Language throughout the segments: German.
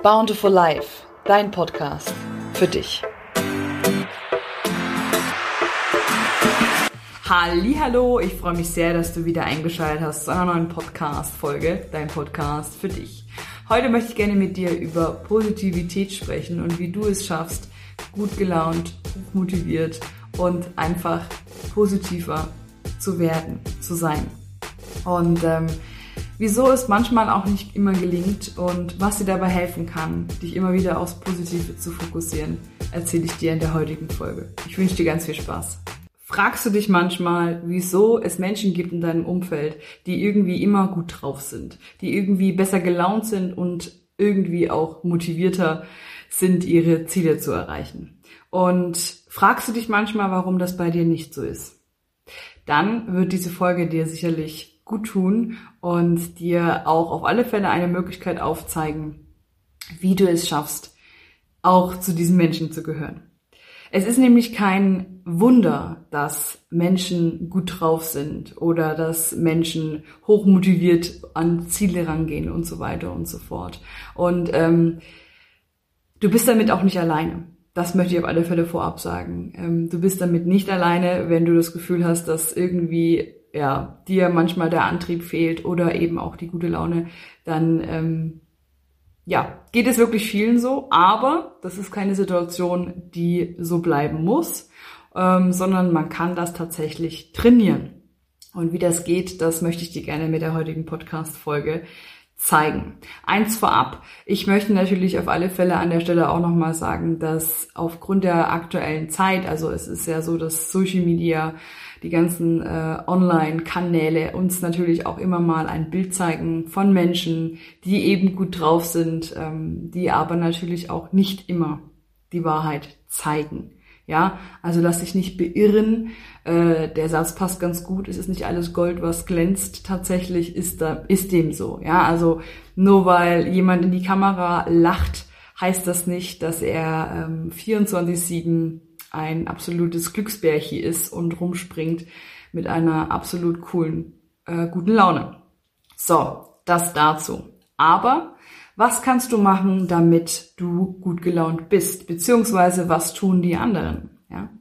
Bountiful Life, dein Podcast für dich. Hallihallo, ich freue mich sehr, dass du wieder eingeschaltet hast zu einer neuen Podcast-Folge, dein Podcast für dich. Heute möchte ich gerne mit dir über Positivität sprechen und wie du es schaffst, gut gelaunt, motiviert und einfach positiver zu werden, zu sein. Und wieso es manchmal auch nicht immer gelingt und was dir dabei helfen kann, dich immer wieder aufs Positive zu fokussieren, erzähle ich dir in der heutigen Folge. Ich wünsche dir ganz viel Spaß. Fragst du dich manchmal, wieso es Menschen gibt in deinem Umfeld, die irgendwie immer gut drauf sind, die irgendwie besser gelaunt sind und irgendwie auch motivierter sind, ihre Ziele zu erreichen? Und fragst du dich manchmal, warum das bei dir nicht so ist? Dann wird diese Folge dir sicherlich gut tun und dir auch auf alle Fälle eine Möglichkeit aufzeigen, wie du es schaffst, auch zu diesen Menschen zu gehören. Es ist nämlich kein Wunder, dass Menschen gut drauf sind oder dass Menschen hochmotiviert an Ziele rangehen und so weiter und so fort. Und du bist damit auch nicht alleine. Das möchte ich auf alle Fälle vorab sagen. Du bist damit nicht alleine, wenn du das Gefühl hast, dass irgendwie dir manchmal der Antrieb fehlt oder eben auch die gute Laune, dann geht es wirklich vielen so. Aber das ist keine Situation, die so bleiben muss, sondern man kann das tatsächlich trainieren. Und wie das geht, das möchte ich dir gerne mit der heutigen Podcast-Folge zeigen. Eins vorab, ich möchte natürlich auf alle Fälle an der Stelle auch nochmal sagen, dass aufgrund der aktuellen Zeit, also es ist ja so, dass Social Media, die ganzen Online-Kanäle uns natürlich auch immer mal ein Bild zeigen von Menschen, die eben gut drauf sind, die aber natürlich auch nicht immer die Wahrheit zeigen. Ja, also lass dich nicht beirren. Der Satz passt ganz gut. Es ist nicht alles Gold, was glänzt. Tatsächlich ist dem so. Ja, also nur weil jemand in die Kamera lacht, heißt das nicht, dass er 24/7 ein absolutes Glücksbärchi ist und rumspringt mit einer absolut coolen, guten Laune. So, das dazu. Aber was kannst du machen, damit du gut gelaunt bist? Beziehungsweise was tun die anderen?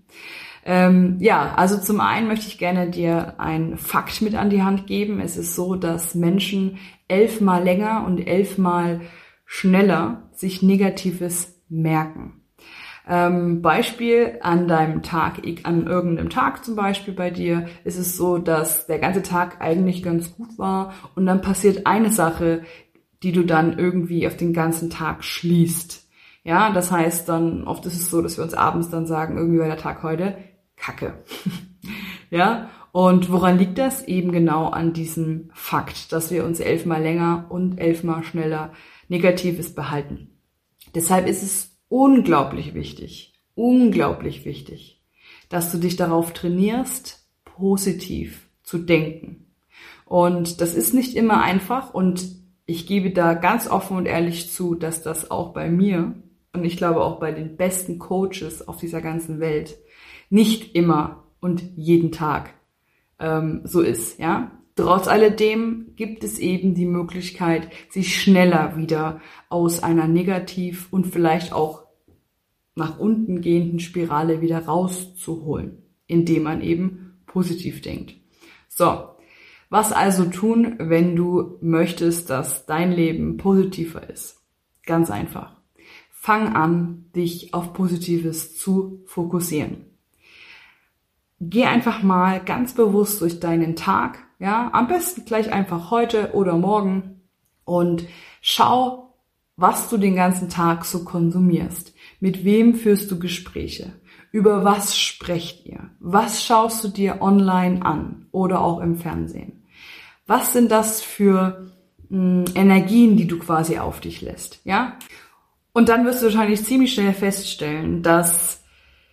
Also zum einen möchte ich gerne dir einen Fakt mit an die Hand geben. Es ist so, dass Menschen 11-mal länger und 11-mal schneller sich Negatives merken. Beispiel an deinem Tag, an irgendeinem Tag zum Beispiel bei dir, ist es so, dass der ganze Tag eigentlich ganz gut war und dann passiert eine Sache, die du dann irgendwie auf den ganzen Tag schließt. Ja, das heißt dann, oft ist es so, dass wir uns abends dann sagen, irgendwie war der Tag heute Kacke. Ja, und woran liegt das? Eben genau an diesem Fakt, dass wir uns 11-mal länger und 11-mal schneller Negatives behalten. Deshalb ist es unglaublich wichtig, dass du dich darauf trainierst, positiv zu denken. Und das ist nicht immer einfach und ich gebe da ganz offen und ehrlich zu, dass das auch bei mir und ich glaube auch bei den besten Coaches auf dieser ganzen Welt nicht immer und jeden Tag so ist, ja. Trotz alledem gibt es eben die Möglichkeit, sich schneller wieder aus einer negativ und vielleicht auch nach unten gehenden Spirale wieder rauszuholen, indem man eben positiv denkt. So, was also tun, wenn du möchtest, dass dein Leben positiver ist? Ganz einfach. Fang an, dich auf Positives zu fokussieren. Geh einfach mal ganz bewusst durch deinen Tag, ja, am besten gleich einfach heute oder morgen und schau, was du den ganzen Tag so konsumierst. Mit wem führst du Gespräche? Über was sprecht ihr? Was schaust du dir online an oder auch im Fernsehen? Was sind das für Energien, die du quasi auf dich lässt, ja? Und dann wirst du wahrscheinlich ziemlich schnell feststellen, dass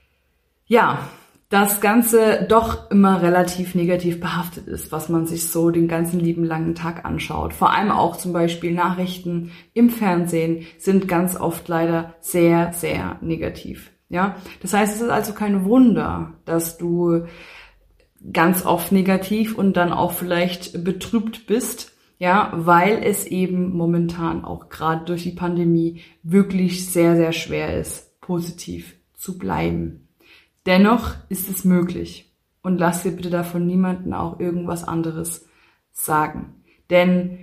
das Ganze doch immer relativ negativ behaftet ist, was man sich so den ganzen lieben langen Tag anschaut. Vor allem auch zum Beispiel Nachrichten im Fernsehen sind ganz oft leider sehr, sehr negativ. Ja, das heißt, es ist also kein Wunder, dass du ganz oft negativ und dann auch vielleicht betrübt bist, Ja, weil es eben momentan auch gerade durch die Pandemie wirklich sehr, sehr schwer ist, positiv zu bleiben. Dennoch ist es möglich. Und lass dir bitte davon niemanden auch irgendwas anderes sagen. Denn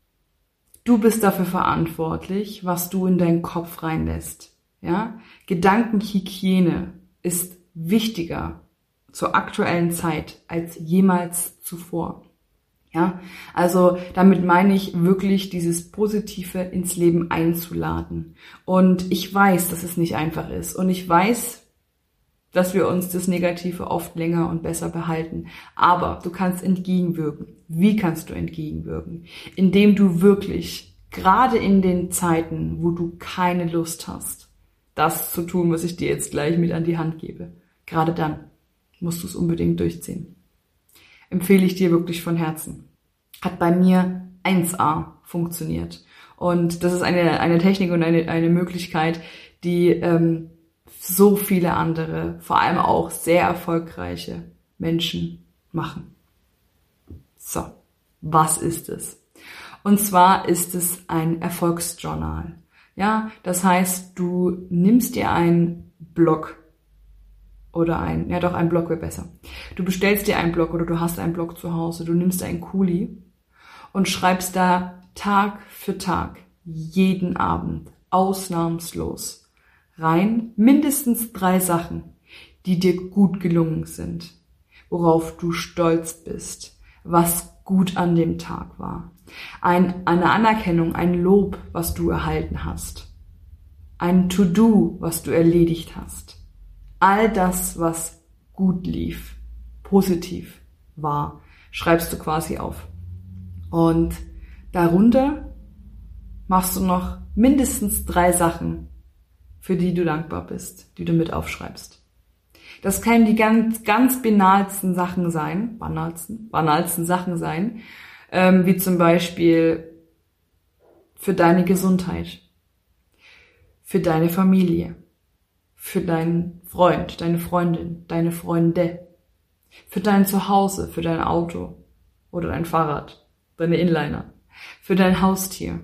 du bist dafür verantwortlich, was du in deinen Kopf reinlässt. Ja? Gedankenhygiene ist wichtiger zur aktuellen Zeit als jemals zuvor. Ja? Also damit meine ich wirklich dieses Positive ins Leben einzuladen. Und ich weiß, dass es nicht einfach ist. Und ich weiß, dass wir uns das Negative oft länger und besser behalten. Aber du kannst entgegenwirken. Wie kannst du entgegenwirken? Indem du wirklich, gerade in den Zeiten, wo du keine Lust hast, das zu tun, was ich dir jetzt gleich mit an die Hand gebe, gerade dann musst du es unbedingt durchziehen. Empfehle ich dir wirklich von Herzen. Hat bei mir 1A funktioniert. Und das ist eine Technik und eine Möglichkeit, die so viele andere, vor allem auch sehr erfolgreiche Menschen machen. So, was ist es? Und zwar ist es ein Erfolgsjournal. Ja, das heißt, du nimmst dir einen Blog oder ein Blog wäre besser. Du bestellst dir einen Blog oder du hast einen Blog zu Hause, du nimmst einen Kuli und schreibst da Tag für Tag, jeden Abend, ausnahmslos rein, mindestens 3 Sachen, die dir gut gelungen sind, worauf du stolz bist, was gut an dem Tag war. Eine Anerkennung, ein Lob, was du erhalten hast. Ein To-Do, was du erledigt hast. All das, was gut lief, positiv war, schreibst du quasi auf. Und darunter machst du noch mindestens 3 Sachen, für die du dankbar bist, die du mit aufschreibst. Das können die ganz, ganz banalsten Sachen sein, banalsten Sachen sein, wie zum Beispiel für deine Gesundheit, für deine Familie, für deinen Freund, deine Freundin, deine Freunde, für dein Zuhause, für dein Auto oder dein Fahrrad, deine Inliner, für dein Haustier,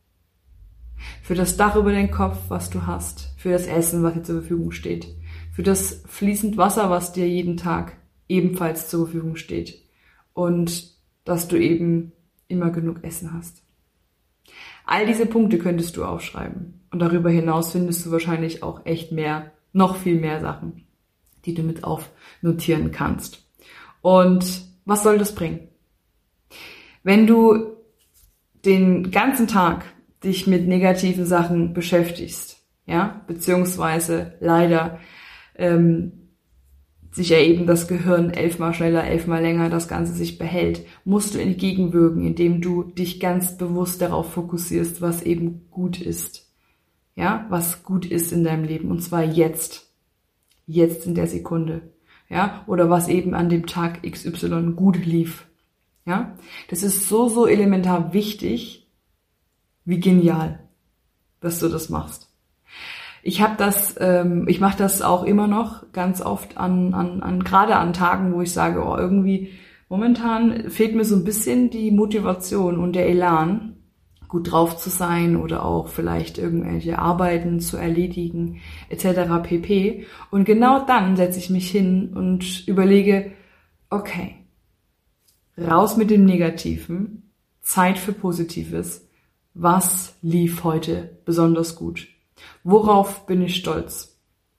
für das Dach über den Kopf, was du hast, für das Essen, was dir zur Verfügung steht, für das fließend Wasser, was dir jeden Tag ebenfalls zur Verfügung steht und dass du eben immer genug Essen hast. All diese Punkte könntest du aufschreiben und darüber hinaus findest du wahrscheinlich auch echt noch viel mehr Sachen, die du mit aufnotieren kannst. Und was soll das bringen? Wenn du den ganzen Tag dich mit negativen Sachen beschäftigst, ja, beziehungsweise leider sich ja eben das Gehirn 11-mal schneller, 11-mal länger das Ganze sich behält, musst du entgegenwirken, indem du dich ganz bewusst darauf fokussierst, was eben gut ist. Ja, was gut ist in deinem Leben, und zwar jetzt in der Sekunde, ja, oder was eben an dem Tag XY gut lief, ja. Das ist so elementar wichtig, wie genial, dass du das machst. Ich mache das auch immer noch ganz oft gerade an Tagen, wo ich sage, oh, irgendwie momentan fehlt mir so ein bisschen die Motivation und der Elan, gut drauf zu sein oder auch vielleicht irgendwelche Arbeiten zu erledigen, etc. pp. Und genau dann setze ich mich hin und überlege, okay, raus mit dem Negativen, Zeit für Positives, was lief heute besonders gut? Worauf bin ich stolz?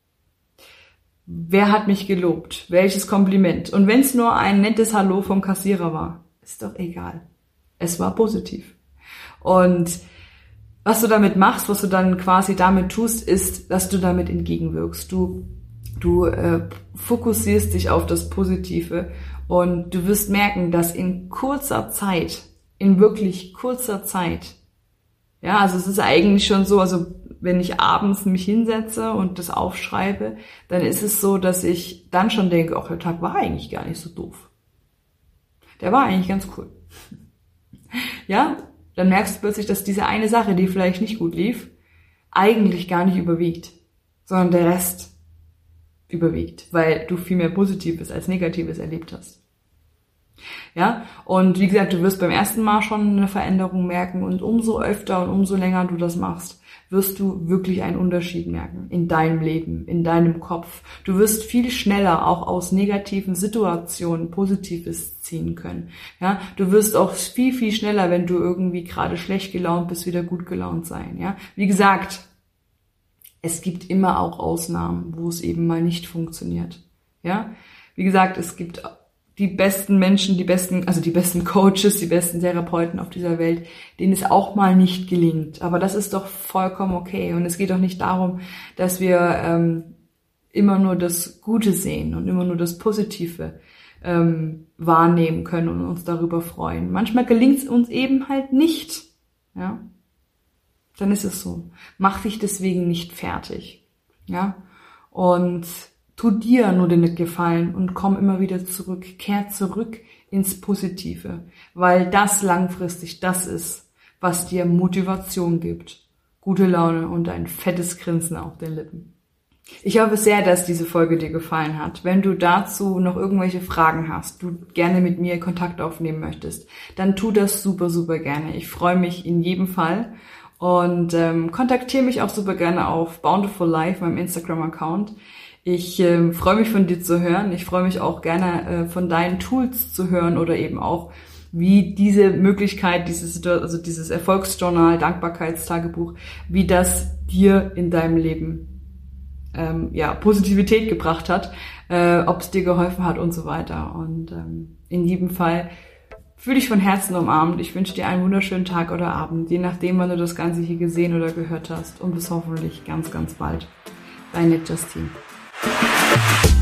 Wer hat mich gelobt? Welches Kompliment? Und wenn es nur ein nettes Hallo vom Kassierer war, ist doch egal. Es war positiv. Und was du damit machst, was du dann quasi damit tust, ist, dass du damit entgegenwirkst. Du fokussierst dich auf das Positive und du wirst merken, dass in wirklich kurzer Zeit, ja, also es ist eigentlich schon so, also wenn ich abends mich hinsetze und das aufschreibe, dann ist es so, dass ich dann schon denke, ach, der Tag war eigentlich gar nicht so doof. Der war eigentlich ganz cool. Ja, dann merkst du plötzlich, dass diese eine Sache, die vielleicht nicht gut lief, eigentlich gar nicht überwiegt, sondern der Rest überwiegt, weil du viel mehr Positives als Negatives erlebt hast. Ja, und wie gesagt, du wirst beim ersten Mal schon eine Veränderung merken und umso öfter und umso länger du das machst, wirst du wirklich einen Unterschied merken in deinem Leben, in deinem Kopf. Du wirst viel schneller auch aus negativen Situationen Positives ziehen können. Ja, du wirst auch viel, viel schneller, wenn du irgendwie gerade schlecht gelaunt bist, wieder gut gelaunt sein. Ja, wie gesagt, es gibt immer auch Ausnahmen, wo es eben mal nicht funktioniert. Ja, wie gesagt, es gibt die besten Menschen, die besten Coaches, die besten Therapeuten auf dieser Welt, denen es auch mal nicht gelingt. Aber das ist doch vollkommen okay. Und es geht doch nicht darum, dass wir immer nur das Gute sehen und immer nur das Positive wahrnehmen können und uns darüber freuen. Manchmal gelingt es uns eben halt nicht. Ja, dann ist es so. Mach dich deswegen nicht fertig. Ja, und tu dir nur den Gefallen und komm immer wieder zurück. Kehr zurück ins Positive, weil das langfristig das ist, was dir Motivation gibt, gute Laune und ein fettes Grinsen auf den Lippen. Ich hoffe sehr, dass diese Folge dir gefallen hat. Wenn du dazu noch irgendwelche Fragen hast, du gerne mit mir Kontakt aufnehmen möchtest, dann tu das super, super gerne. Ich freue mich in jedem Fall und kontaktiere mich auch super gerne auf Bountiful Life, meinem Instagram-Account. Ich freue mich von dir zu hören. Ich freue mich auch gerne von deinen Tools zu hören oder eben auch, wie diese Möglichkeit, dieses Erfolgsjournal, Dankbarkeitstagebuch, wie das dir in deinem Leben Positivität gebracht hat, ob es dir geholfen hat und so weiter. Und in jedem Fall fühle dich von Herzen umarmt. Ich wünsche dir einen wunderschönen Tag oder Abend, je nachdem, wann du das Ganze hier gesehen oder gehört hast. Und bis hoffentlich ganz, ganz bald. Deine Justine.